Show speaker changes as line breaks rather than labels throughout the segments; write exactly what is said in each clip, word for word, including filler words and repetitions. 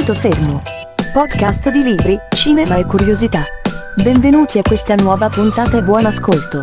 Punto fermo. Podcast di libri, cinema e curiosità. Benvenuti a questa nuova puntata e buon ascolto.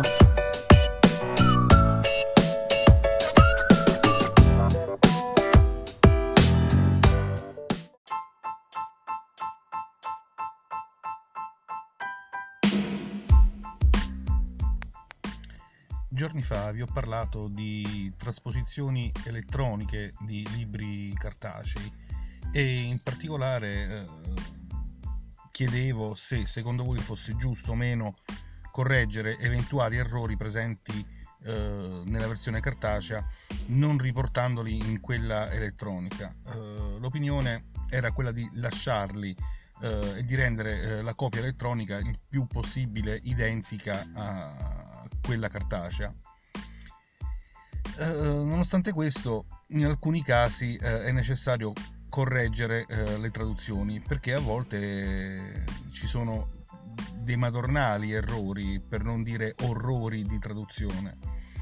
Giorni fa vi ho parlato di trasposizioni elettroniche di libri cartacei e in particolare eh, chiedevo se secondo voi fosse giusto o meno correggere eventuali errori presenti eh, nella versione cartacea non riportandoli in quella elettronica. Eh, l'opinione era quella di lasciarli eh, e di rendere eh, la copia elettronica il più possibile identica a quella cartacea. Eh, nonostante questo, in alcuni casi eh, è necessario correggere eh, le traduzioni, perché a volte eh, ci sono dei madornali errori, per non dire orrori di traduzione,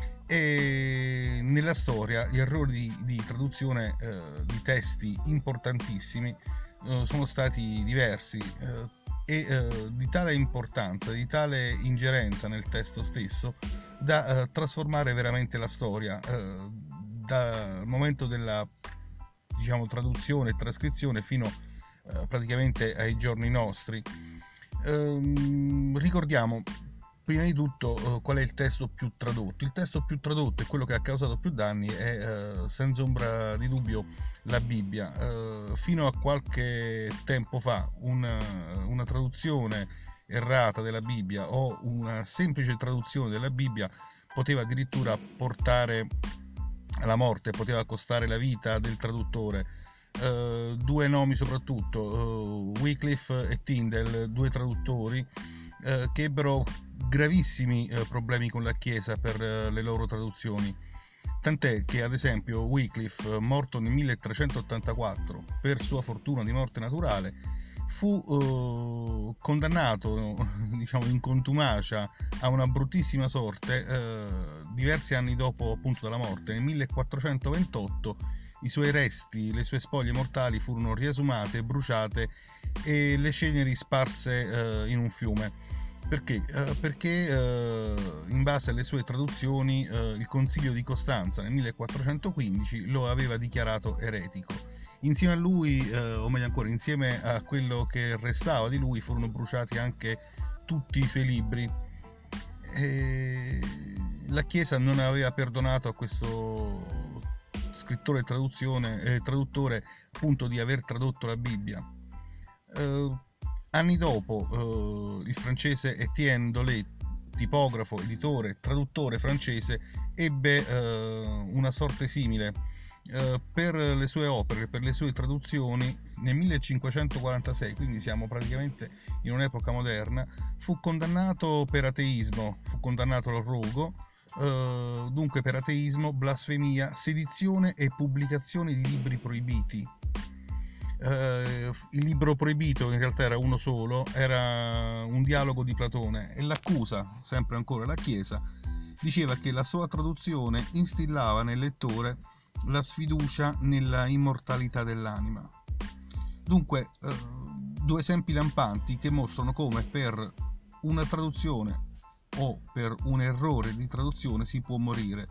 e nella storia gli errori di, di traduzione eh, di testi importantissimi eh, sono stati diversi eh, e eh, di tale importanza, di tale ingerenza nel testo stesso da eh, trasformare veramente la storia eh, dal momento della diciamo traduzione e trascrizione fino eh, praticamente ai giorni nostri. Ehm, ricordiamo prima di tutto eh, qual è il testo più tradotto. Il testo più tradotto e quello che ha causato più danni è eh, senza ombra di dubbio la Bibbia. Eh, fino a qualche tempo fa una, una traduzione errata della Bibbia o una semplice traduzione della Bibbia poteva addirittura portare alla morte, poteva costare la vita del traduttore. Uh, due nomi soprattutto, uh, Wycliffe e Tyndale, due traduttori uh, che ebbero gravissimi uh, problemi con la Chiesa per uh, le loro traduzioni, tant'è che ad esempio Wycliffe, morto nel milletrecentottantaquattro per sua fortuna di morte naturale, fu uh, condannato diciamo in contumacia a una bruttissima sorte uh, diversi anni dopo appunto dalla morte. Nel millequattrocentoventotto i suoi resti, le sue spoglie mortali furono riesumate, bruciate e le ceneri sparse uh, in un fiume. Perché? Uh, perché uh, in base alle sue traduzioni uh, il Concilio di Costanza nel millequattrocentoquindici lo aveva dichiarato eretico. Insieme a lui, eh, o meglio ancora, insieme a quello che restava di lui, furono bruciati anche tutti i suoi libri. E la Chiesa non aveva perdonato a questo scrittore e traduzione, eh, traduttore appunto di aver tradotto la Bibbia. Eh, anni dopo, eh, il francese Étienne Dolet, tipografo, editore, traduttore francese, ebbe eh, una sorte simile. Uh, per le sue opere, per le sue traduzioni, nel millecinquecentoquarantasei, quindi siamo praticamente in un'epoca moderna, fu condannato per ateismo, fu condannato al rogo, uh, dunque per ateismo, blasfemia, sedizione e pubblicazione di libri proibiti. Uh, il libro proibito in realtà era uno solo, era un dialogo di Platone, e l'accusa, sempre ancora la Chiesa, diceva che la sua traduzione instillava nel lettore la sfiducia nella immortalità dell'anima. Dunque, eh, due esempi lampanti che mostrano come per una traduzione o per un errore di traduzione si può morire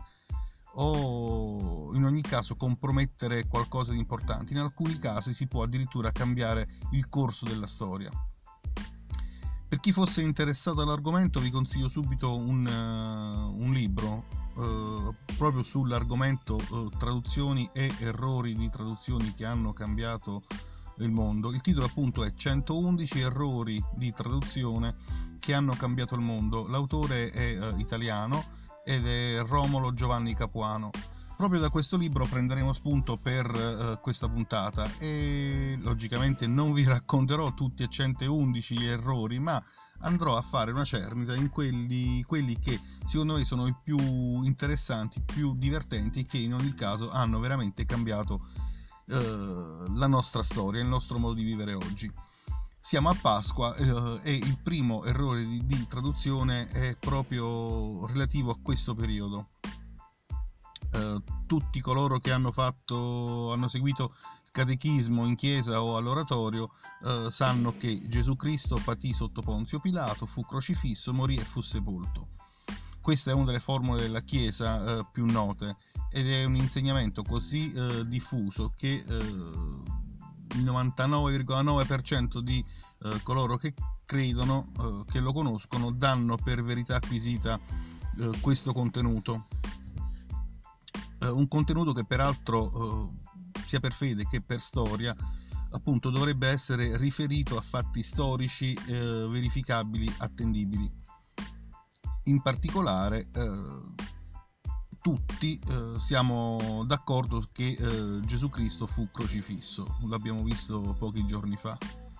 o in ogni caso compromettere qualcosa di importante. In alcuni casi si può addirittura cambiare il corso della storia. Per chi fosse interessato all'argomento vi consiglio subito un, uh, un libro Uh, proprio sull'argomento uh, traduzioni e errori di traduzioni che hanno cambiato il mondo. Il titolo appunto è centoundici errori di traduzione che hanno cambiato il mondo. L'autore è uh, italiano ed è Romolo Giovanni Capuano. Proprio da questo libro prenderemo spunto per uh, questa puntata e logicamente non vi racconterò tutti e centoundici gli errori, ma andrò a fare una cernita in quelli, quelli che secondo me sono i più interessanti, più divertenti, che in ogni caso hanno veramente cambiato eh, la nostra storia, il nostro modo di vivere oggi. Siamo a Pasqua eh, e il primo errore di, di traduzione è proprio relativo a questo periodo. Eh, tutti coloro che hanno fatto hanno seguito catechismo in chiesa o all'oratorio eh, sanno che Gesù Cristo patì sotto Ponzio Pilato, fu crocifisso, morì e fu sepolto. Questa è una delle formule della Chiesa eh, più note ed è un insegnamento così eh, diffuso che eh, il novantanove virgola nove per cento di eh, coloro che credono, eh, che lo conoscono, danno per verità acquisita eh, questo contenuto. Eh, un contenuto che peraltro, eh, sia per fede che per storia, appunto dovrebbe essere riferito a fatti storici eh, verificabili, attendibili. In particolare eh, tutti eh, siamo d'accordo che eh, Gesù Cristo fu crocifisso, l'abbiamo visto pochi giorni fa.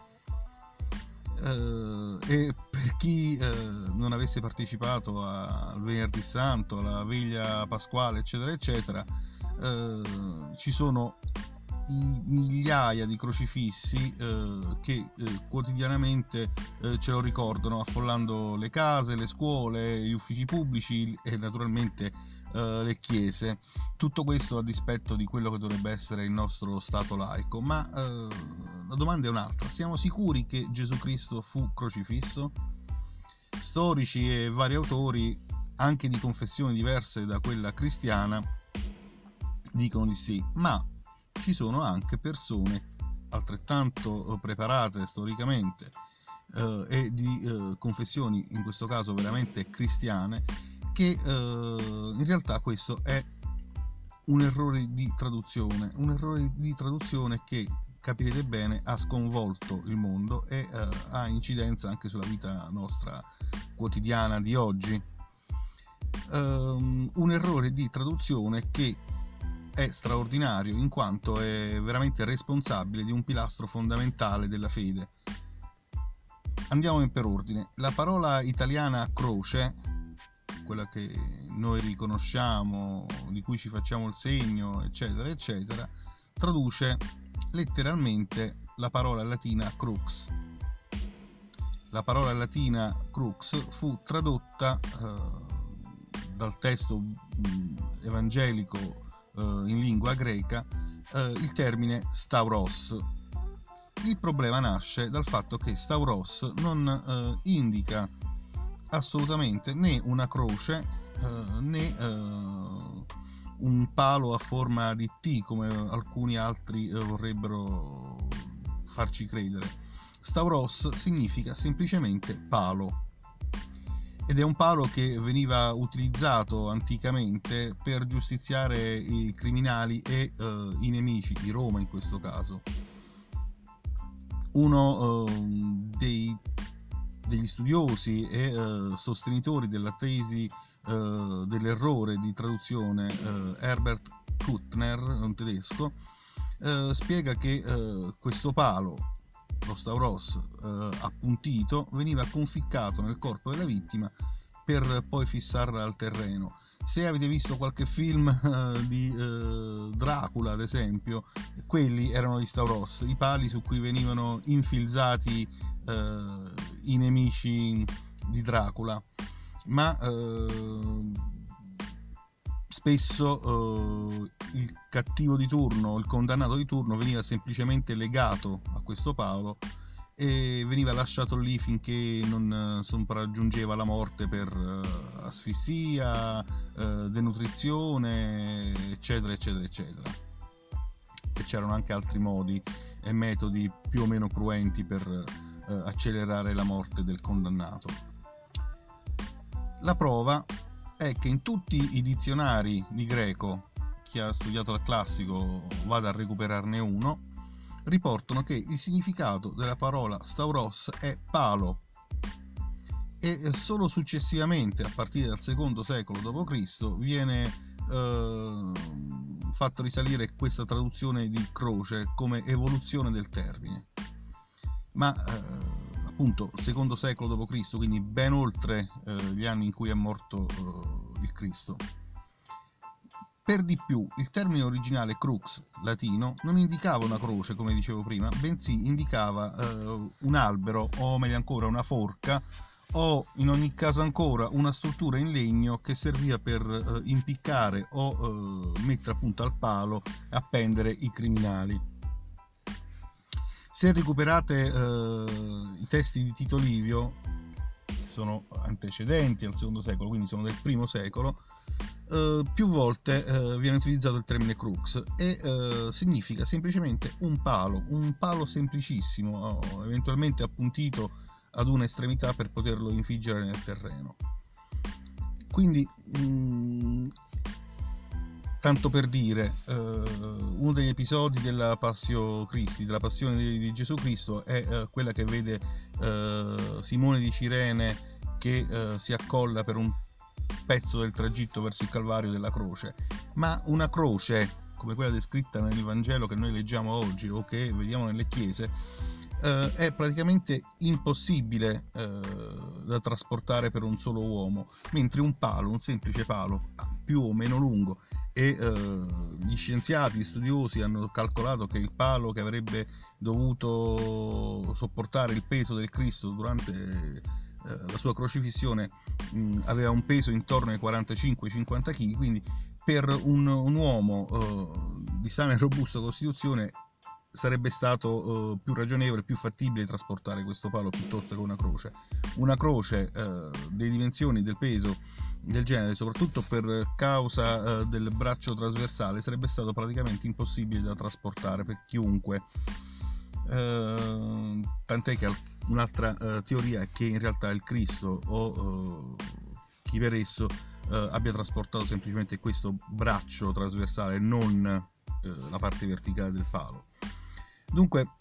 Eh, e per chi eh, non avesse partecipato al Venerdì Santo, alla veglia pasquale, eccetera, eccetera, eh, ci sono i migliaia di crocifissi eh, che eh, quotidianamente eh, ce lo ricordano, affollando le case, le scuole, gli uffici pubblici e naturalmente eh, le chiese. Tutto questo a dispetto di quello che dovrebbe essere il nostro Stato laico. Ma eh, la domanda è un'altra: siamo sicuri che Gesù Cristo fu crocifisso? Storici e vari autori, anche di confessioni diverse da quella cristiana, dicono di sì, ma ci sono anche persone altrettanto preparate storicamente eh, e di eh, confessioni, in questo caso veramente cristiane, che eh, in realtà questo è un errore di traduzione, un errore di traduzione che, capirete bene, ha sconvolto il mondo e eh, ha incidenza anche sulla vita nostra quotidiana di oggi. Um, un errore di traduzione che è straordinario in quanto è veramente responsabile di un pilastro fondamentale della fede. Andiamo per ordine. La parola italiana croce, quella che noi riconosciamo, di cui ci facciamo il segno, eccetera, eccetera, traduce letteralmente la parola latina crux. La parola latina crux fu tradotta eh, dal testo mh, evangelico in lingua greca, eh, il termine stauros. Il problema nasce dal fatto che stauros non eh, indica assolutamente né una croce eh, né eh, un palo a forma di T, come alcuni altri eh, vorrebbero farci credere. Stauros significa semplicemente palo, ed è un palo che veniva utilizzato anticamente per giustiziare i criminali e uh, i nemici di Roma, in questo caso. Uno uh, dei, degli studiosi e uh, sostenitori della tesi uh, dell'errore di traduzione, uh, Herbert Kuttner, un tedesco, uh, spiega che uh, questo palo, lo stauros eh, appuntito, veniva conficcato nel corpo della vittima per poi fissarla al terreno. Se avete visto qualche film eh, di eh, Dracula, ad esempio, quelli erano gli stauros, i pali su cui venivano infilzati eh, i nemici di Dracula. Ma eh, spesso eh, il cattivo di turno, il condannato di turno, veniva semplicemente legato a questo palo e veniva lasciato lì finché non sopraggiungeva la morte per eh, asfissia, eh, denutrizione, eccetera, eccetera, eccetera. E c'erano anche altri modi e metodi più o meno cruenti per eh, accelerare la morte del condannato. La prova è che in tutti i dizionari di greco, chi ha studiato il classico vada a recuperarne uno, riportano che il significato della parola stauros è palo, e solo successivamente, a partire dal secondo secolo dopo Cristo, viene eh, fatto risalire questa traduzione di croce come evoluzione del termine. Ma eh, appunto secondo secolo dopo Cristo, quindi ben oltre eh, gli anni in cui è morto eh, il Cristo. Per di più, il termine originale crux, latino, non indicava una croce, come dicevo prima, bensì indicava eh, un albero, o meglio ancora una forca, o in ogni caso ancora una struttura in legno che serviva per eh, impiccare o eh, mettere appunto al palo e appendere i criminali. Se recuperate eh, i testi di Tito Livio, che sono antecedenti al secondo secolo, quindi sono del primo secolo, eh, più volte eh, viene utilizzato il termine crux e eh, significa semplicemente un palo, un palo semplicissimo, eventualmente appuntito ad un'estremità per poterlo infiggere nel terreno. Quindi mh, tanto per dire, eh, uno degli episodi della Passio Christi, della passione di, di Gesù Cristo, è eh, quella che vede eh, Simone di Cirene che eh, si accolla per un pezzo del tragitto verso il Calvario della croce. Ma una croce come quella descritta nel Vangelo che noi leggiamo oggi o che vediamo nelle chiese eh, è praticamente impossibile eh, da trasportare per un solo uomo, mentre un palo, un semplice palo più o meno lungo, e eh, gli scienziati, gli studiosi hanno calcolato che il palo che avrebbe dovuto sopportare il peso del Cristo durante eh, la sua crocifissione mh, aveva un peso intorno ai quarantacinque cinquanta chili, quindi per un, un uomo eh, di sana e robusta costituzione sarebbe stato eh, più ragionevole, più fattibile trasportare questo palo piuttosto che una croce. Una croce eh, delle dimensioni, del peso del genere, soprattutto per causa eh, del braccio trasversale, sarebbe stato praticamente impossibile da trasportare per chiunque. Eh, tant'è che un'altra eh, teoria è che in realtà il Cristo o eh, chi per esso eh, abbia trasportato semplicemente questo braccio trasversale, non eh, la parte verticale del palo. Dunque,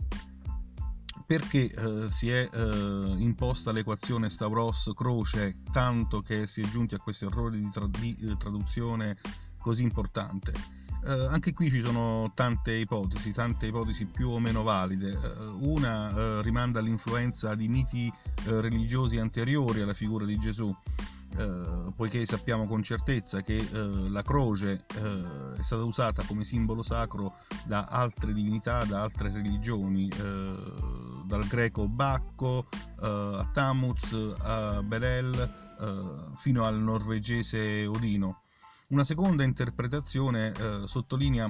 perché eh, si è eh, imposta l'equazione Stavros-croce, tanto che si è giunti a questo errore di, tra- di eh, traduzione così importante? Eh, anche qui ci sono tante ipotesi, tante ipotesi più o meno valide. Eh, una eh, rimanda all'influenza di miti eh, religiosi anteriori alla figura di Gesù, eh, poiché sappiamo con certezza che eh, la croce eh, è stata usata come simbolo sacro da altre divinità, da altre religioni, eh, dal greco Bacco eh, a Tammuz, a Belel, eh, fino al norvegese Odino. Una seconda interpretazione eh, sottolinea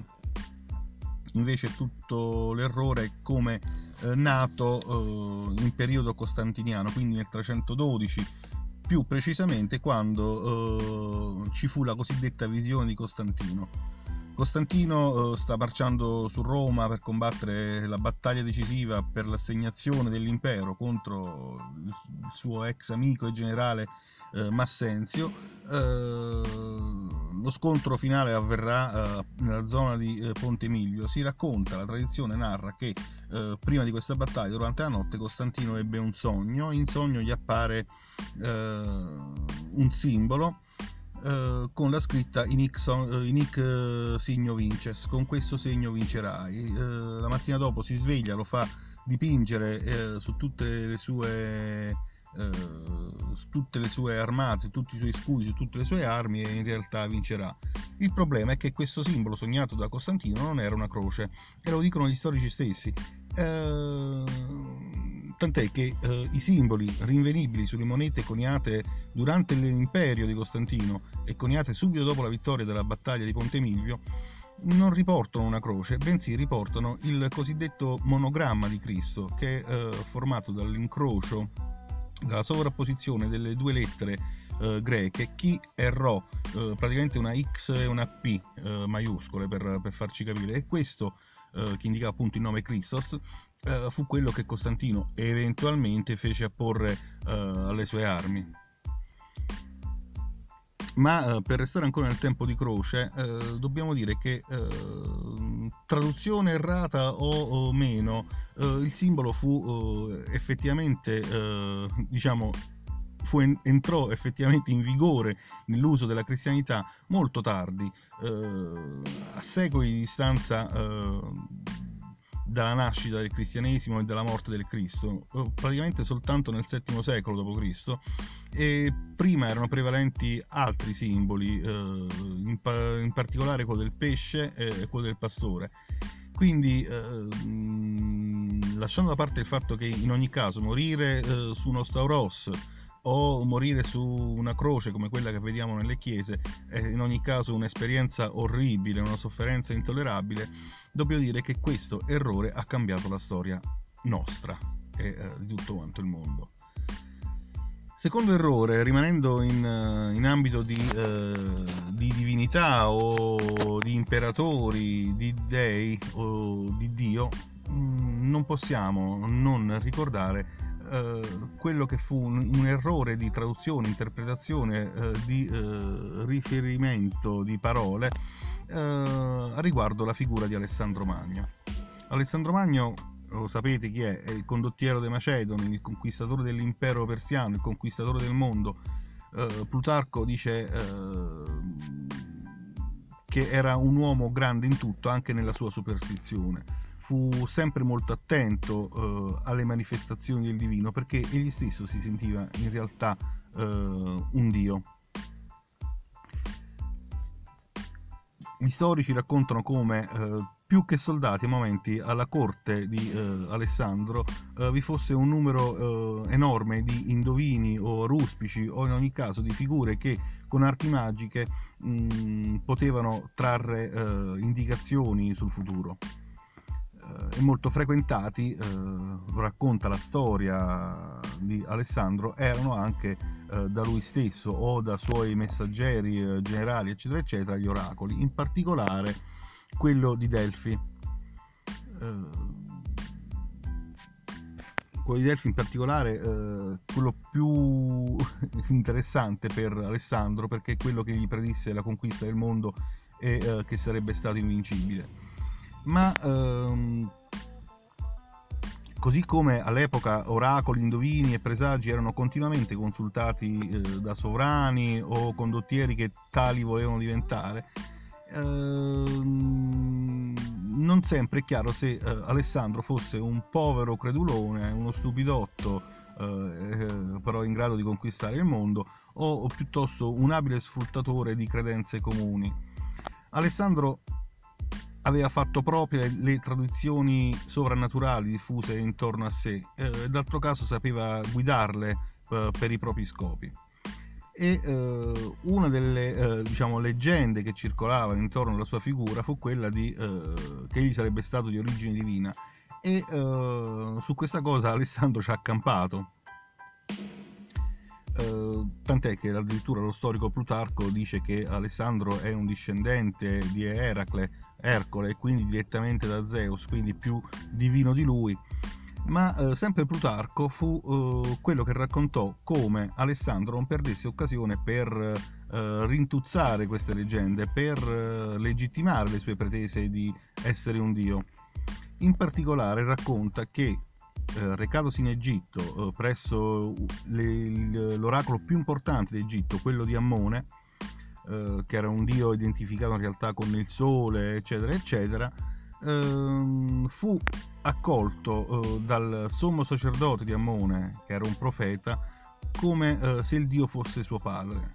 invece tutto l'errore come eh, nato eh, in periodo costantiniano, quindi nel trecentododici, più precisamente quando eh, ci fu la cosiddetta visione di Costantino. Costantino eh, sta marciando su Roma per combattere la battaglia decisiva per l'assegnazione dell'impero contro il suo ex amico e generale eh, Massenzio. Eh, lo scontro finale avverrà eh, nella zona di eh, Ponte Milvio. Si racconta, la tradizione narra che eh, prima di questa battaglia, durante la notte, Costantino ebbe un sogno. In sogno gli appare eh, un simbolo Uh, con la scritta in hic, uh, in hic uh, signo vinces, con questo segno vincerai. Uh, la mattina dopo si sveglia, lo fa dipingere uh, su tutte le sue uh, su tutte le sue armate, su tutti i suoi scudi, su tutte le sue armi, e in realtà vincerà. Il problema è che questo simbolo sognato da Costantino non era una croce, e lo dicono gli storici stessi. Uh, tant'è che uh, i simboli rinvenibili sulle monete coniate durante l'imperio di Costantino e coniate subito dopo la vittoria della battaglia di Ponte Milvio non riportano una croce, bensì riportano il cosiddetto monogramma di Cristo, che è uh, formato dall'incrocio, dalla sovrapposizione delle due lettere uh, greche chi e rho, uh, praticamente una X e una P uh, maiuscole per, per farci capire, e questo Uh, che indica appunto il nome Christos, uh, fu quello che Costantino eventualmente fece apporre uh, alle sue armi. Ma uh, per restare ancora nel tempo di croce, uh, dobbiamo dire che uh, traduzione errata o, o meno, uh, il simbolo fu uh, effettivamente uh, diciamo Fu en- entrò effettivamente in vigore nell'uso della cristianità molto tardi, eh, a secoli di distanza eh, dalla nascita del cristianesimo e dalla morte del Cristo, eh, praticamente soltanto nel settimo secolo dopo Cristo, e prima erano prevalenti altri simboli, eh, in, pa- in particolare quello del pesce e quello del pastore. Quindi, eh, lasciando da parte il fatto che in ogni caso morire eh, su uno Stauros o morire su una croce come quella che vediamo nelle chiese è in ogni caso un'esperienza orribile, una sofferenza intollerabile, dobbiamo dire che questo errore ha cambiato la storia nostra e eh, di tutto quanto il mondo. Secondo errore, rimanendo in, in ambito di, eh, di divinità o di imperatori, di dei o di Dio, mh, non possiamo non ricordare eh, quello che fu un, un errore di traduzione, interpretazione, eh, di eh, riferimento di parole eh, riguardo la figura di Alessandro Magno. Alessandro Magno, lo sapete chi è? È il condottiero dei Macedoni, il conquistatore dell'impero persiano, il conquistatore del mondo. Eh, Plutarco dice eh, che era un uomo grande in tutto, anche nella sua superstizione. Fu sempre molto attento eh, alle manifestazioni del divino, perché egli stesso si sentiva in realtà eh, un dio. Gli storici raccontano come eh, più che soldati a momenti alla corte di eh, Alessandro eh, vi fosse un numero eh, enorme di indovini o ruspici o in ogni caso di figure che con arti magiche mh, potevano trarre eh, indicazioni sul futuro. Eh, e molto frequentati, eh, lo racconta la storia di Alessandro, erano anche eh, da lui stesso o da suoi messaggeri eh, generali eccetera eccetera gli oracoli, in particolare quello di Delfi. Eh, quello di Delfi in particolare eh, quello più interessante per Alessandro, perché è quello che gli predisse la conquista del mondo e eh, che sarebbe stato invincibile. Ma ehm, così come all'epoca oracoli, indovini e presagi erano continuamente consultati eh, da sovrani o condottieri che tali volevano diventare, ehm, non sempre è chiaro se eh, Alessandro fosse un povero credulone, uno stupidotto eh, però in grado di conquistare il mondo, o, o piuttosto un abile sfruttatore di credenze comuni. Alessandro aveva fatto proprie le tradizioni sovrannaturali diffuse intorno a sé, eh, d'altro caso sapeva guidarle eh, per i propri scopi. E eh, una delle eh, diciamo, leggende che circolavano intorno alla sua figura fu quella di eh, che egli sarebbe stato di origine divina, e eh, su questa cosa Alessandro ci ha accampato. Uh, tant'è che addirittura lo storico Plutarco dice che Alessandro è un discendente di Eracle, Ercole, quindi direttamente da Zeus, quindi più divino di lui. Ma uh, sempre Plutarco fu uh, quello che raccontò come Alessandro non perdesse occasione per uh, rintuzzare queste leggende, per uh, legittimare le sue pretese di essere un dio. In particolare racconta che Eh, recatosi in Egitto eh, presso le, l'oracolo più importante d'Egitto, quello di Ammone, eh, che era un dio identificato in realtà con il sole eccetera eccetera, eh, fu accolto eh, dal sommo sacerdote di Ammone, che era un profeta, come eh, se il dio fosse suo padre.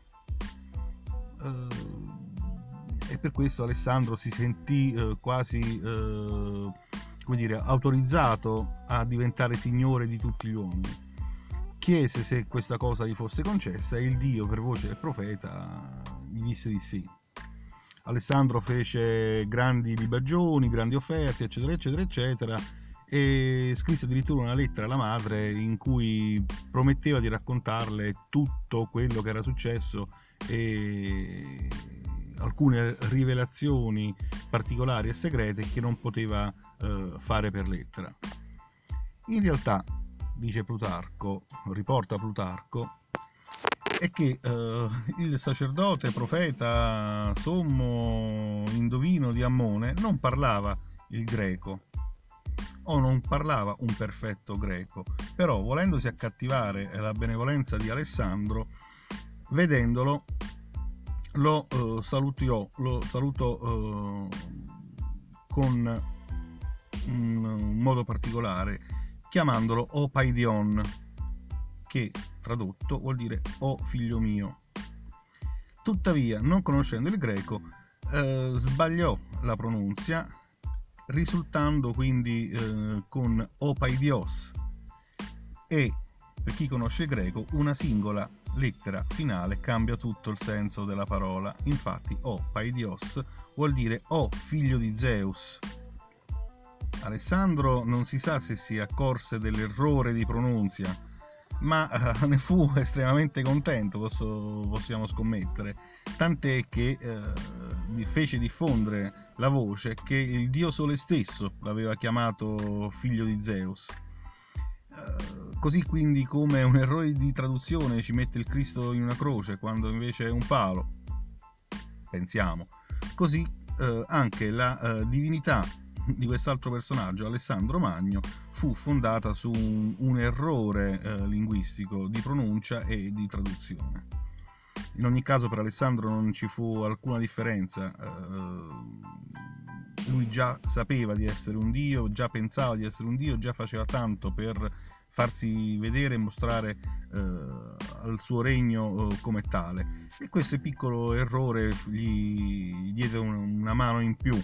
Eh, e per questo Alessandro si sentì eh, quasi eh, come dire, autorizzato a diventare signore di tutti gli uomini. Chiese se questa cosa gli fosse concessa e il dio, per voce del profeta, gli disse di sì. Alessandro fece grandi libagioni, grandi offerte eccetera eccetera eccetera, e scrisse addirittura una lettera alla madre in cui prometteva di raccontarle tutto quello che era successo e alcune rivelazioni particolari e segrete che non poteva eh, fare per lettera. In realtà, dice Plutarco, riporta Plutarco, è che eh, il sacerdote, profeta, sommo indovino di Ammone non parlava il greco o non parlava un perfetto greco, però volendosi accattivare la benevolenza di Alessandro, vedendolo lo eh, salutò, lo salutò eh, con un, un modo particolare, chiamandolo O Paidion, che tradotto vuol dire o figlio mio. Tuttavia, non conoscendo il greco, eh, sbagliò la pronunzia, risultando quindi eh, con O Paidios, e per chi conosce il greco una singola lettera finale cambia tutto il senso della parola. Infatti O Paidios vuol dire o figlio di Zeus. Alessandro non si sa se si accorse dell'errore di pronunzia, ma uh, ne fu estremamente contento, posso, possiamo scommettere, tant'è che uh, fece diffondere la voce che il dio Sole stesso l'aveva chiamato figlio di Zeus. Uh, così quindi come un errore di traduzione ci mette il Cristo in una croce quando invece è un palo, pensiamo, così uh, anche la uh, divinità di quest'altro personaggio, Alessandro Magno, fu fondata su un, un errore eh, linguistico di pronuncia e di traduzione. In ogni caso per Alessandro non ci fu alcuna differenza, eh, lui già sapeva di essere un dio, già pensava di essere un dio, già faceva tanto per farsi vedere e mostrare eh, al suo regno eh, come tale, e questo piccolo errore gli diede un, una mano in più.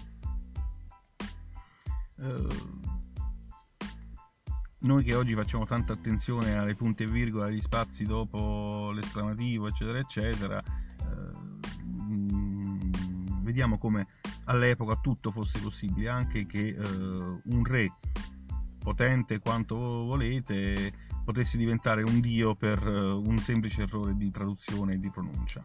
Noi che oggi facciamo tanta attenzione alle punte e virgole, agli spazi dopo l'esclamativo, eccetera eccetera, eh, mh, vediamo come all'epoca tutto fosse possibile, anche che eh, un re potente quanto volete potesse diventare un dio per uh, un semplice errore di traduzione e di pronuncia.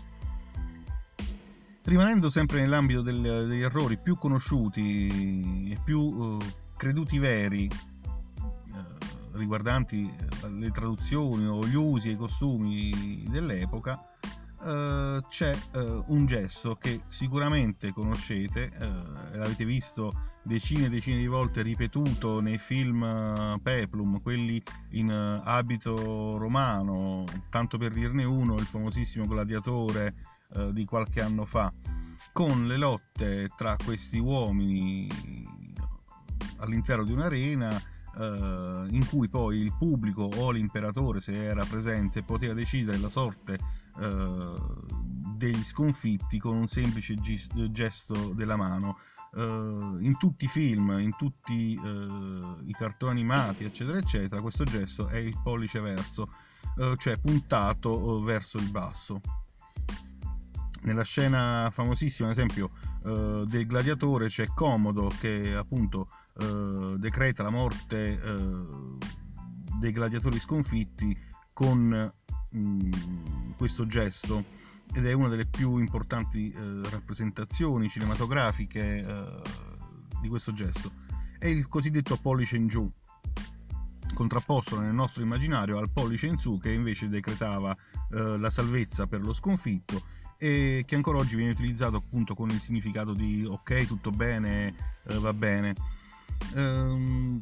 Rimanendo sempre nell'ambito del, degli errori più conosciuti e più uh, creduti veri uh, riguardanti le traduzioni o gli usi e i costumi dell'epoca, uh, c'è uh, un gesto che sicuramente conoscete, uh, l'avete visto decine e decine di volte ripetuto nei film uh, Peplum, quelli in uh, abito romano, tanto per dirne uno, il famosissimo Gladiatore di qualche anno fa, con le lotte tra questi uomini all'interno di un'arena eh, in cui poi il pubblico o l'imperatore, se era presente, poteva decidere la sorte eh, degli sconfitti con un semplice gesto della mano. Eh, in tutti i film, in tutti eh, i cartoni animati, eccetera eccetera, questo gesto è il pollice verso, eh, cioè puntato eh, verso il basso. Nella scena famosissima, ad esempio, eh, del Gladiatore, c'è Comodo che appunto eh, decreta la morte eh, dei gladiatori sconfitti con mh, questo gesto, ed è una delle più importanti eh, rappresentazioni cinematografiche eh, di questo gesto. È il cosiddetto pollice in giù, contrapposto nel nostro immaginario al pollice in su, che invece decretava eh, la salvezza per lo sconfitto, e che ancora oggi viene utilizzato appunto con il significato di ok, tutto bene, eh, va bene. Ehm,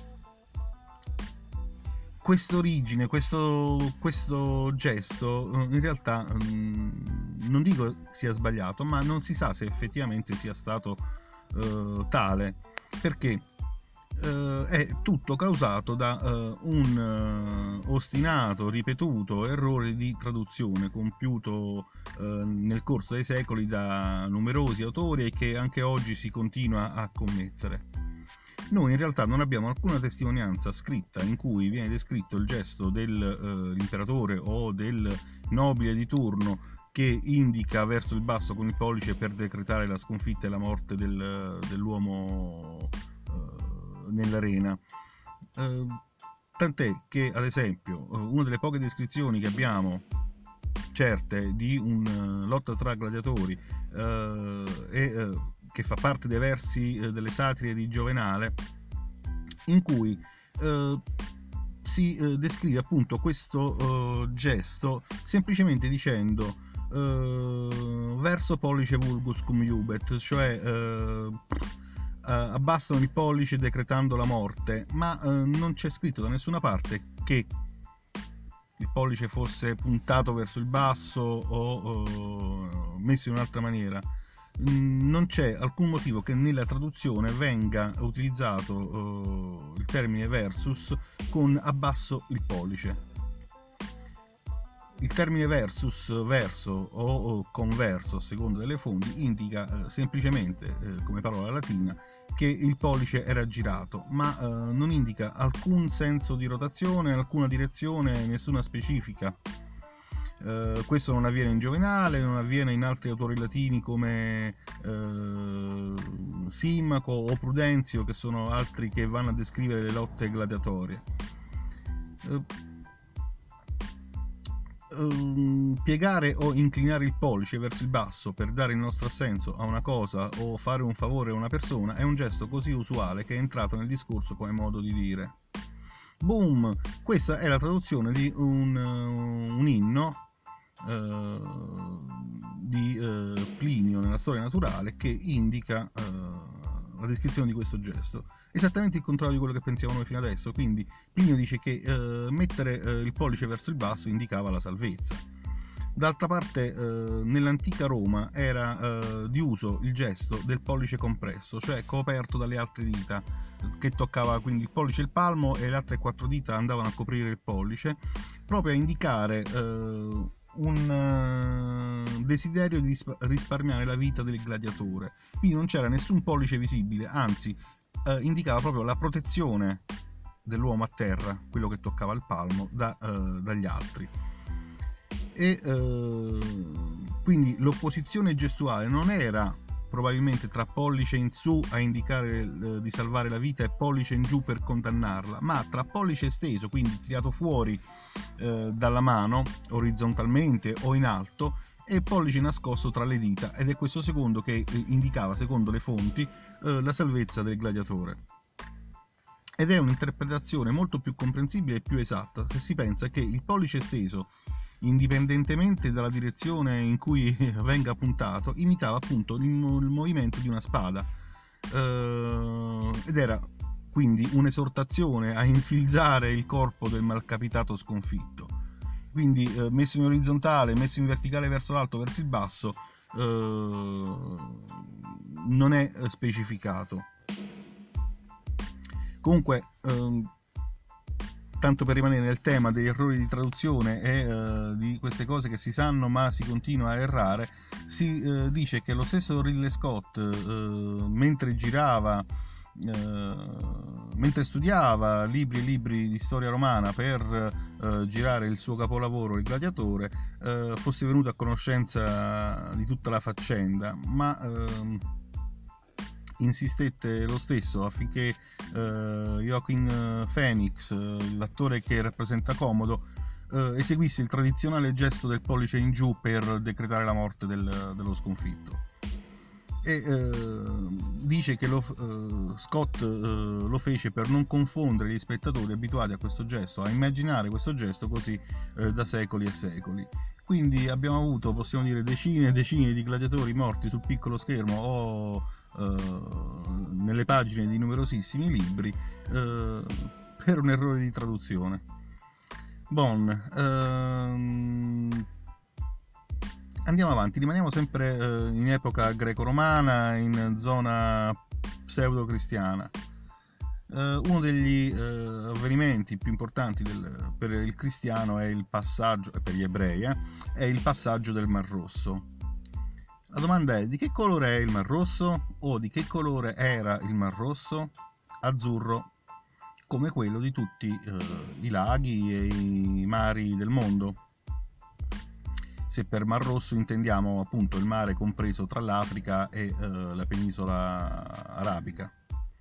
questa origine, questo, questo gesto in realtà mh, non dico sia sbagliato, ma non si sa se effettivamente sia stato eh, tale, perché Uh, è tutto causato da uh, un uh, ostinato, ripetuto errore di traduzione compiuto uh, nel corso dei secoli da numerosi autori e che anche oggi si continua a commettere. Noi in realtà non abbiamo alcuna testimonianza scritta in cui viene descritto il gesto dell'imperatore uh, o del nobile di turno che indica verso il basso con il pollice per decretare la sconfitta e la morte del, dell'uomo nell'arena, eh, tant'è che ad esempio una delle poche descrizioni che abbiamo certe di una uh, lotta tra gladiatori uh, e uh, che fa parte dei versi uh, delle satire di Giovenale, in cui uh, si uh, descrive appunto questo uh, gesto semplicemente dicendo uh, verso pollice vulgus cum iubet, cioè uh, Uh, abbassano il pollice decretando la morte, ma uh, non c'è scritto da nessuna parte che il pollice fosse puntato verso il basso o uh, messo in un'altra maniera. Mm, non c'è alcun motivo che nella traduzione venga utilizzato uh, il termine versus con abbasso il pollice. Il termine versus, verso o, o converso, a seconda delle fonti, indica uh, semplicemente, uh, come parola latina, che il pollice era girato, ma uh, non indica alcun senso di rotazione, alcuna direzione, nessuna specifica. Uh, questo non avviene in Giovenale, non avviene in altri autori latini come uh, Simmaco o Prudenzio, che sono altri che vanno a descrivere le lotte gladiatorie. Uh, uh, piegare o inclinare il pollice verso il basso per dare il nostro assenso a una cosa o fare un favore a una persona è un gesto così usuale che è entrato nel discorso come modo di dire. Boom! Questa è la traduzione di un, uh, un inno Uh, di uh, Plinio nella storia naturale, che indica uh, la descrizione di questo gesto, esattamente il contrario di quello che pensiamo noi fino adesso. Quindi Plinio dice che uh, mettere uh, il pollice verso il basso indicava la salvezza. D'altra parte uh, nell'antica Roma era uh, di uso il gesto del pollice compresso, cioè coperto dalle altre dita, che toccava quindi il pollice e il palmo, e le altre quattro dita andavano a coprire il pollice, proprio a indicare uh, un uh, desiderio di risparmiare la vita del gladiatore. Quindi non c'era nessun pollice visibile, anzi uh, indicava proprio la protezione dell'uomo a terra, quello che toccava il palmo, da, uh, dagli altri. E uh, quindi l'opposizione gestuale non era probabilmente tra pollice in su a indicare uh, di salvare la vita e pollice in giù per condannarla, ma tra pollice esteso, quindi tirato fuori uh, dalla mano orizzontalmente o in alto, e pollice nascosto tra le dita, ed è questo secondo che uh, indicava, secondo le fonti, uh, la salvezza del gladiatore. Ed è un'interpretazione molto più comprensibile e più esatta se si pensa che il pollice esteso, indipendentemente dalla direzione in cui venga puntato, imitava appunto il, il movimento di una spada, uh, ed era quindi un'esortazione a infilzare il corpo del malcapitato sconfitto. Quindi uh, messo in orizzontale, messo in verticale verso l'alto, verso il basso, uh, non è specificato. Comunque, uh, tanto per rimanere nel tema degli errori di traduzione e uh, di queste cose che si sanno ma si continua a errare, si uh, dice che lo stesso Ridley Scott, uh, mentre girava, uh, mentre studiava libri e libri di storia romana per uh, girare il suo capolavoro Il Gladiatore, uh, fosse venuto a conoscenza di tutta la faccenda, ma uh, insistette lo stesso affinché uh, Joaquin Phoenix, uh, l'attore che rappresenta Comodo, uh, eseguisse il tradizionale gesto del pollice in giù per decretare la morte del, dello sconfitto. E uh, dice che lo, uh, Scott uh, lo fece per non confondere gli spettatori abituati a questo gesto, a immaginare questo gesto così uh, da secoli e secoli. Quindi abbiamo avuto, possiamo dire, decine e decine di gladiatori morti sul piccolo schermo o Uh, nelle pagine di numerosissimi libri uh, per un errore di traduzione. Bon, uh, andiamo avanti, rimaniamo sempre uh, in epoca greco-romana, in zona pseudo-cristiana. Uh, uno degli uh, avvenimenti più importanti del, per il cristiano è il passaggio, per gli ebrei, eh, è il passaggio del Mar Rosso. La domanda è: di che colore è il Mar Rosso? O di che colore era il Mar Rosso? Azzurro, come quello di tutti eh, i laghi e i mari del mondo. Se per Mar Rosso intendiamo appunto il mare compreso tra l'Africa e eh, la penisola arabica.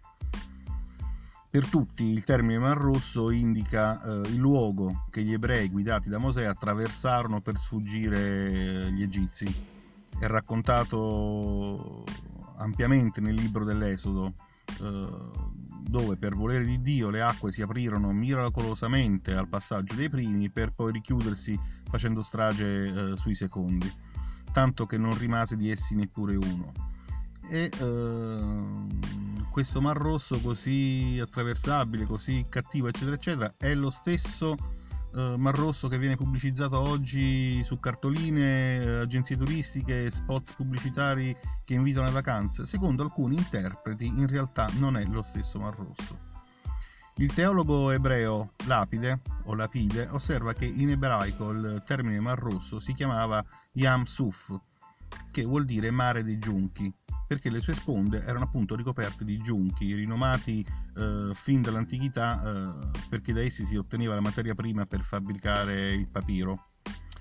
Per tutti il termine Mar Rosso indica eh, il luogo che gli ebrei guidati da Mosè attraversarono per sfuggire agli egizi. È raccontato ampiamente nel libro dell'Esodo, eh, dove per volere di Dio le acque si aprirono miracolosamente al passaggio dei primi per poi richiudersi facendo strage eh, sui secondi, tanto che non rimase di essi neppure uno. E eh, questo Mar Rosso così attraversabile, così cattivo, eccetera eccetera, è lo stesso Mar Rosso che viene pubblicizzato oggi su cartoline, agenzie turistiche, spot pubblicitari che invitano alle vacanze. Secondo alcuni interpreti in realtà non è lo stesso Mar Rosso. Il teologo ebreo Lapide o Lapide osserva che in ebraico il termine Mar Rosso si chiamava Yam Suf, che vuol dire mare dei giunchi, perché le sue sponde erano appunto ricoperte di giunchi, rinomati eh, fin dall'antichità eh, perché da essi si otteneva la materia prima per fabbricare il papiro.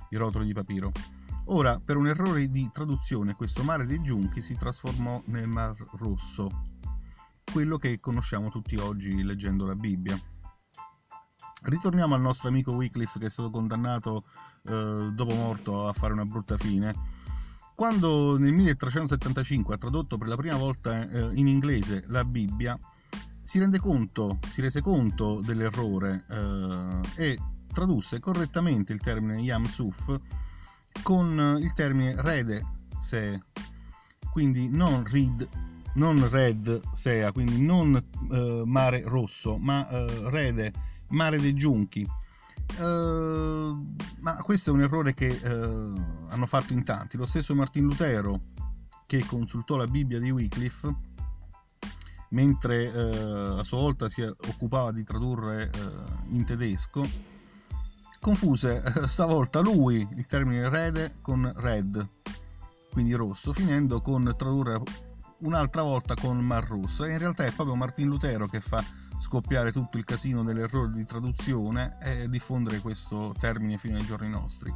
i rotoli di papiro. Ora, per un errore di traduzione, questo mare dei giunchi si trasformò nel Mar Rosso, quello che conosciamo tutti oggi leggendo la Bibbia. Ritorniamo al nostro amico Wycliffe, che è stato condannato eh, dopo morto a fare una brutta fine. Quando nel milletrecentosettantacinque ha tradotto per la prima volta eh, in inglese la Bibbia, si rende conto, si rese conto dell'errore eh, e tradusse correttamente il termine Yam Suf con il termine Rede Se, quindi non Rid, non Red Sea, quindi non eh, mare rosso, ma eh, Rede, mare dei giunchi. Uh, ma questo è un errore che uh, hanno fatto in tanti. Lo stesso Martin Lutero, che consultò la Bibbia di Wycliffe mentre uh, a sua volta si occupava di tradurre uh, in tedesco, confuse uh, stavolta lui il termine rede con red, quindi rosso, finendo con tradurre un'altra volta con Mar Rosso. E in realtà è proprio Martin Lutero che fa scoppiare tutto il casino dell'errore di traduzione e diffondere questo termine fino ai giorni nostri.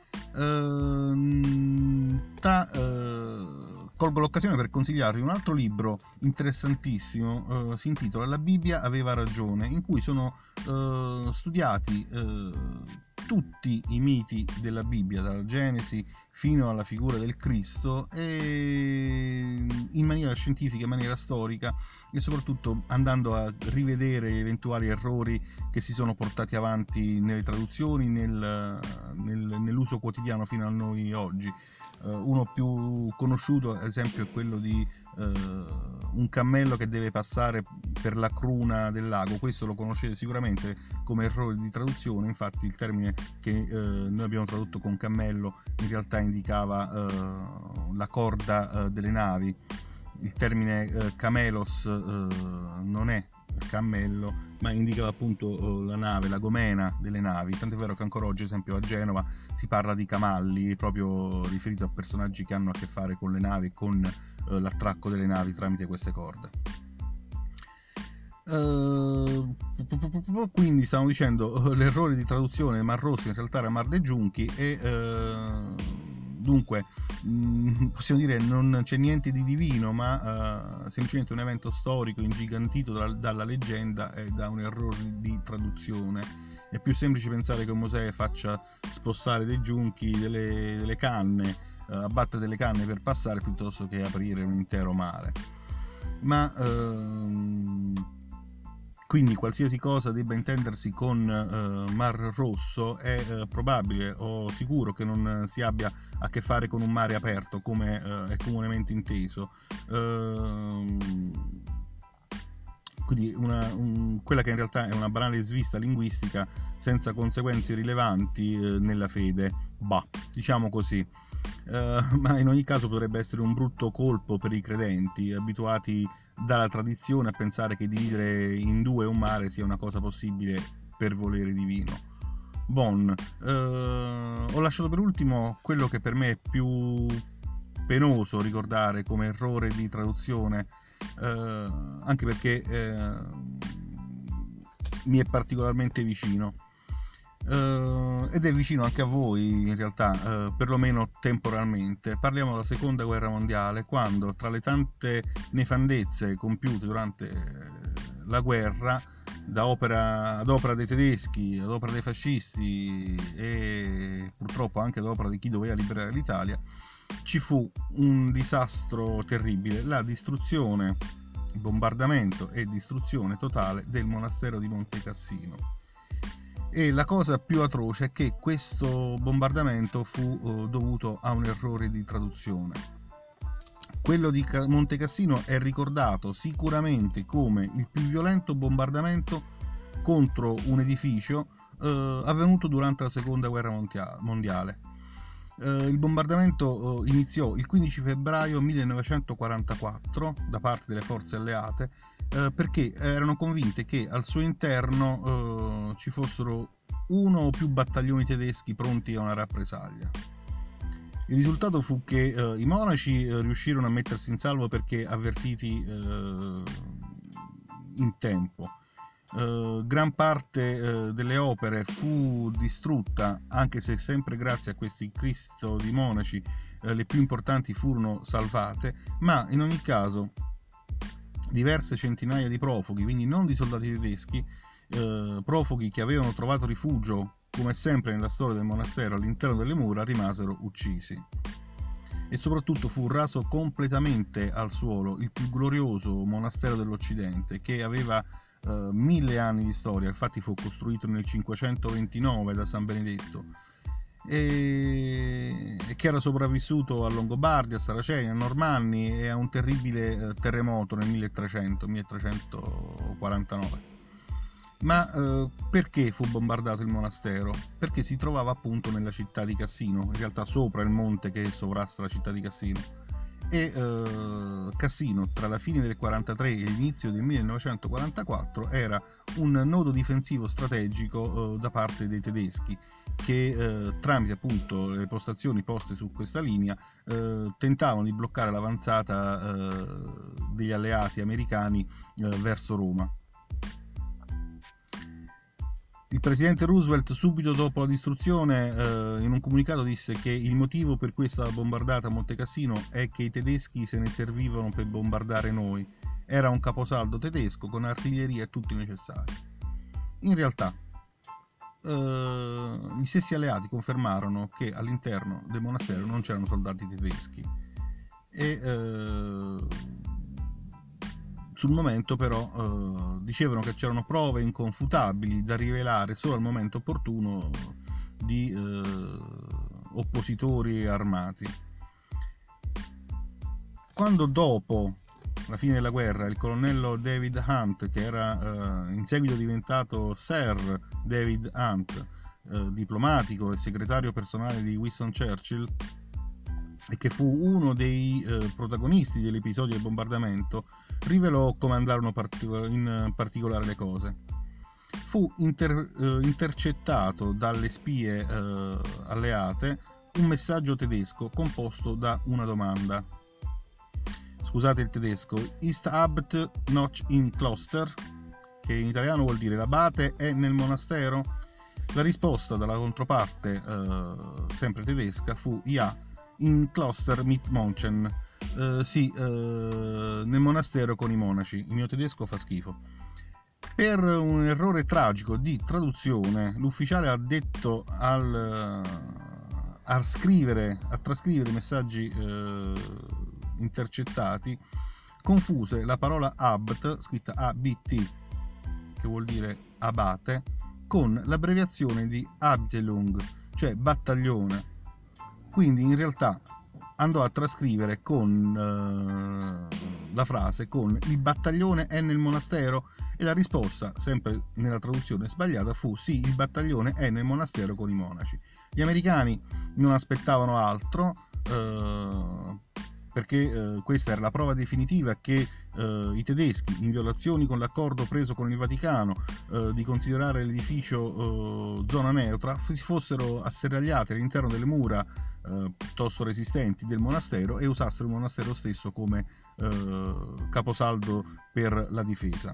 Ehm, tra, eh, colgo l'occasione per consigliarvi un altro libro interessantissimo, eh, si intitola La Bibbia aveva ragione, in cui sono eh, studiati eh, tutti i miti della Bibbia, dalla Genesi fino alla figura del Cristo, e in maniera scientifica, in maniera storica, e soprattutto andando a rivedere eventuali errori che si sono portati avanti nelle traduzioni, nel, nel, nell'uso quotidiano fino a noi oggi. Uh, uno più conosciuto, ad esempio, è quello di uh, un cammello che deve passare per la cruna del lago. Questo lo conoscete sicuramente come errore di traduzione. Infatti il termine che uh, noi abbiamo tradotto con cammello in realtà indicava uh, la corda uh, delle navi. Il termine uh, camelos uh, non è cammello, ma indicava appunto uh, la nave, la gomena delle navi. Tanto è vero che ancora oggi, ad esempio a Genova, si parla di camalli, proprio riferito a personaggi che hanno a che fare con le navi e con uh, l'attracco delle navi tramite queste corde. Uh, quindi stavamo dicendo uh, l'errore di traduzione del Mar Rosso in realtà era Mar dei Giunchi, e uh, dunque mh, possiamo dire non c'è niente di divino, ma uh, semplicemente un evento storico ingigantito da, dalla leggenda e da un errore di traduzione. È più semplice pensare che Mosè faccia spossare dei giunchi, delle, delle canne, uh, abbatte delle canne per passare, piuttosto che aprire un intero mare. Ma uh, quindi qualsiasi cosa debba intendersi con uh, Mar Rosso è uh, probabile o sicuro che non si abbia a che fare con un mare aperto, come uh, è comunemente inteso. Uh, quindi una, un, quella che in realtà è una banale svista linguistica senza conseguenze rilevanti uh, nella fede, bah, diciamo così. Uh, ma in ogni caso potrebbe essere un brutto colpo per i credenti, abituati dalla tradizione a pensare che dividere in due un mare sia una cosa possibile per volere divino. Bon, uh, ho lasciato per ultimo quello che per me è più penoso ricordare come errore di traduzione, uh, anche perché uh, mi è particolarmente vicino. Uh, ed è vicino anche a voi in realtà, uh, perlomeno temporalmente. Parliamo della seconda guerra mondiale, quando tra le tante nefandezze compiute durante la guerra, da opera, ad opera dei tedeschi, ad opera dei fascisti e purtroppo anche ad opera di chi doveva liberare l'Italia, ci fu un disastro terribile: la distruzione, il bombardamento e distruzione totale del monastero di Monte Cassino. E la cosa più atroce è che questo bombardamento fu uh, dovuto a un errore di traduzione. Quello di Monte Cassino è ricordato sicuramente come il più violento bombardamento contro un edificio uh, avvenuto durante la seconda guerra mondiale. Uh, il bombardamento uh, iniziò il quindici febbraio millenovecentoquarantaquattro da parte delle forze alleate, uh, perché erano convinte che al suo interno uh, ci fossero uno o più battaglioni tedeschi pronti a una rappresaglia. Il risultato fu che uh, i monaci uh, riuscirono a mettersi in salvo perché avvertiti uh, in tempo, eh, gran parte eh, delle opere fu distrutta, anche se sempre grazie a questi Cristo di monaci eh, le più importanti furono salvate, ma in ogni caso diverse centinaia di profughi, quindi non di soldati tedeschi, eh, profughi che avevano trovato rifugio, come sempre nella storia del monastero, all'interno delle mura, rimasero uccisi. E soprattutto fu raso completamente al suolo il più glorioso monastero dell'Occidente, che aveva eh, mille anni di storia. Infatti fu costruito nel cinquecentoventinove da San Benedetto, e che era sopravvissuto a Longobardia, a Saraceni, a Normanni e a un terribile eh, terremoto nel milletrecento milletrecentoquarantanove. Ma eh, perché fu bombardato il monastero? Perché si trovava appunto nella città di Cassino, in realtà sopra il monte che sovrasta la città di Cassino. E eh, Cassino, tra la fine del quarantatré e l'inizio del millenovecentoquarantaquattro, era un nodo difensivo strategico eh, da parte dei tedeschi, che eh, tramite appunto le postazioni poste su questa linea eh, tentavano di bloccare l'avanzata eh, degli alleati americani eh, verso Roma. Il presidente Roosevelt, subito dopo la distruzione, eh, in un comunicato disse che il motivo per cui è stata bombardata Monte Cassino è che i tedeschi se ne servivano per bombardare noi. Era un caposaldo tedesco con artiglieria e tutto il necessario. In realtà, eh, gli stessi alleati confermarono che all'interno del monastero non c'erano soldati tedeschi. E eh, sul momento però eh, dicevano che c'erano prove inconfutabili da rivelare solo al momento opportuno di eh, oppositori armati. Quando dopo la fine della guerra il colonnello David Hunt, che era eh, in seguito diventato Sir David Hunt, eh, diplomatico e segretario personale di Winston Churchill, e che fu uno dei eh, protagonisti dell'episodio del bombardamento, rivelò come andarono partic- in particolare le cose. Fu inter- eh, intercettato dalle spie eh, alleate un messaggio tedesco composto da una domanda. Scusate il tedesco: Ist Abt noch im Kloster? Che in italiano vuol dire l'abate è nel monastero? La risposta dalla controparte, eh, sempre tedesca, fu Ja, in Kloster mit Monchen. Uh, sì, uh, nel monastero con i monaci. Il mio tedesco fa schifo. Per un errore tragico di traduzione, l'ufficiale ha detto al, uh, a scrivere, a trascrivere i messaggi uh, intercettati, confuse la parola Abt, scritta A B T, che vuol dire abate, con l'abbreviazione di Abteilung, cioè battaglione. Quindi in realtà andò a trascrivere con uh, la frase con il battaglione è nel monastero, e la risposta, sempre nella traduzione sbagliata, fu sì, il battaglione è nel monastero con i monaci. Gli americani non aspettavano altro, uh, perché uh, questa era la prova definitiva che uh, i tedeschi, in violazione con l'accordo preso con il Vaticano uh, di considerare l'edificio uh, zona neutra, si fossero asserragliati all'interno delle mura uh, piuttosto resistenti del monastero e usassero il monastero stesso come uh, caposaldo per la difesa.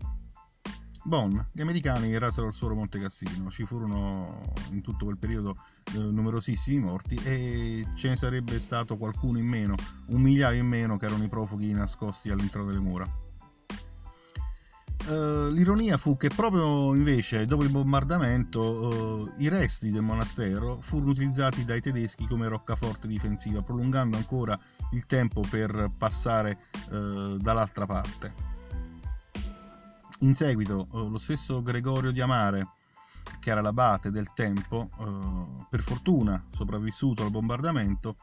Bon, gli americani rasero al suolo Monte Cassino, ci furono in tutto quel periodo eh, numerosissimi morti, e ce ne sarebbe stato qualcuno in meno, un migliaio in meno, che erano i profughi nascosti all'interno delle mura. Uh, l'ironia fu che proprio invece dopo il bombardamento uh, i resti del monastero furono utilizzati dai tedeschi come roccaforte difensiva, prolungando ancora il tempo per passare uh, dall'altra parte. In seguito uh, lo stesso Gregorio di Amare, che era l'abate del tempo, uh, per fortuna sopravvissuto al bombardamento,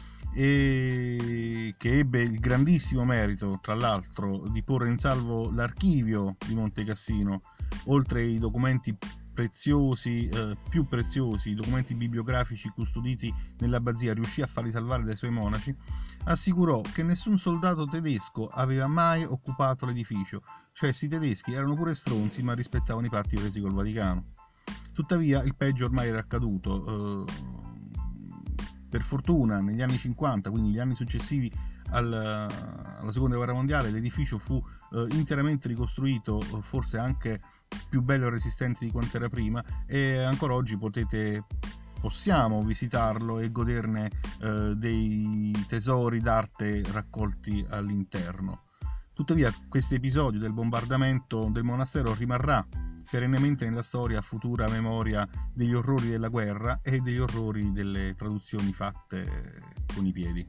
e che ebbe il grandissimo merito, tra l'altro, di porre in salvo l'archivio di Monte Cassino, oltre ai documenti preziosi, eh, più preziosi, i documenti bibliografici custoditi nell'abbazia, riuscì a farli salvare dai suoi monaci, assicurò che nessun soldato tedesco aveva mai occupato l'edificio, cioè questi tedeschi erano pure stronzi ma rispettavano i patti presi col Vaticano. Tuttavia il peggio ormai era accaduto. Eh, per fortuna negli anni cinquanta, quindi gli anni successivi al, alla seconda guerra mondiale, l'edificio fu eh, interamente ricostruito, forse anche più bello e resistente di quanto era prima, e ancora oggi potete possiamo visitarlo e goderne eh, dei tesori d'arte raccolti all'interno. Tuttavia questo episodio del bombardamento del monastero rimarrà perennemente nella storia a futura memoria degli orrori della guerra e degli orrori delle traduzioni fatte con i piedi.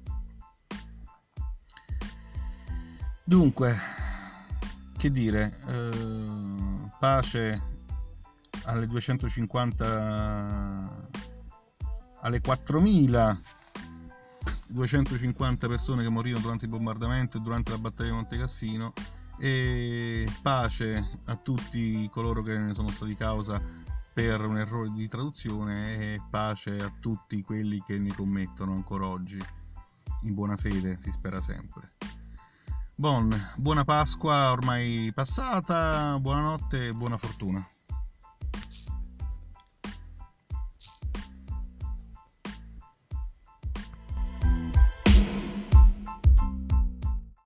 Dunque, che dire, eh, pace alle duecentocinquanta, alle quattromiladuecentocinquanta persone che morirono durante il bombardamento e durante la battaglia di Monte Cassino, e pace a tutti coloro che ne sono stati causa per un errore di traduzione, e pace a tutti quelli che ne commettono ancora oggi, in buona fede, si spera sempre. Bon, buona Pasqua ormai passata, buonanotte e buona fortuna.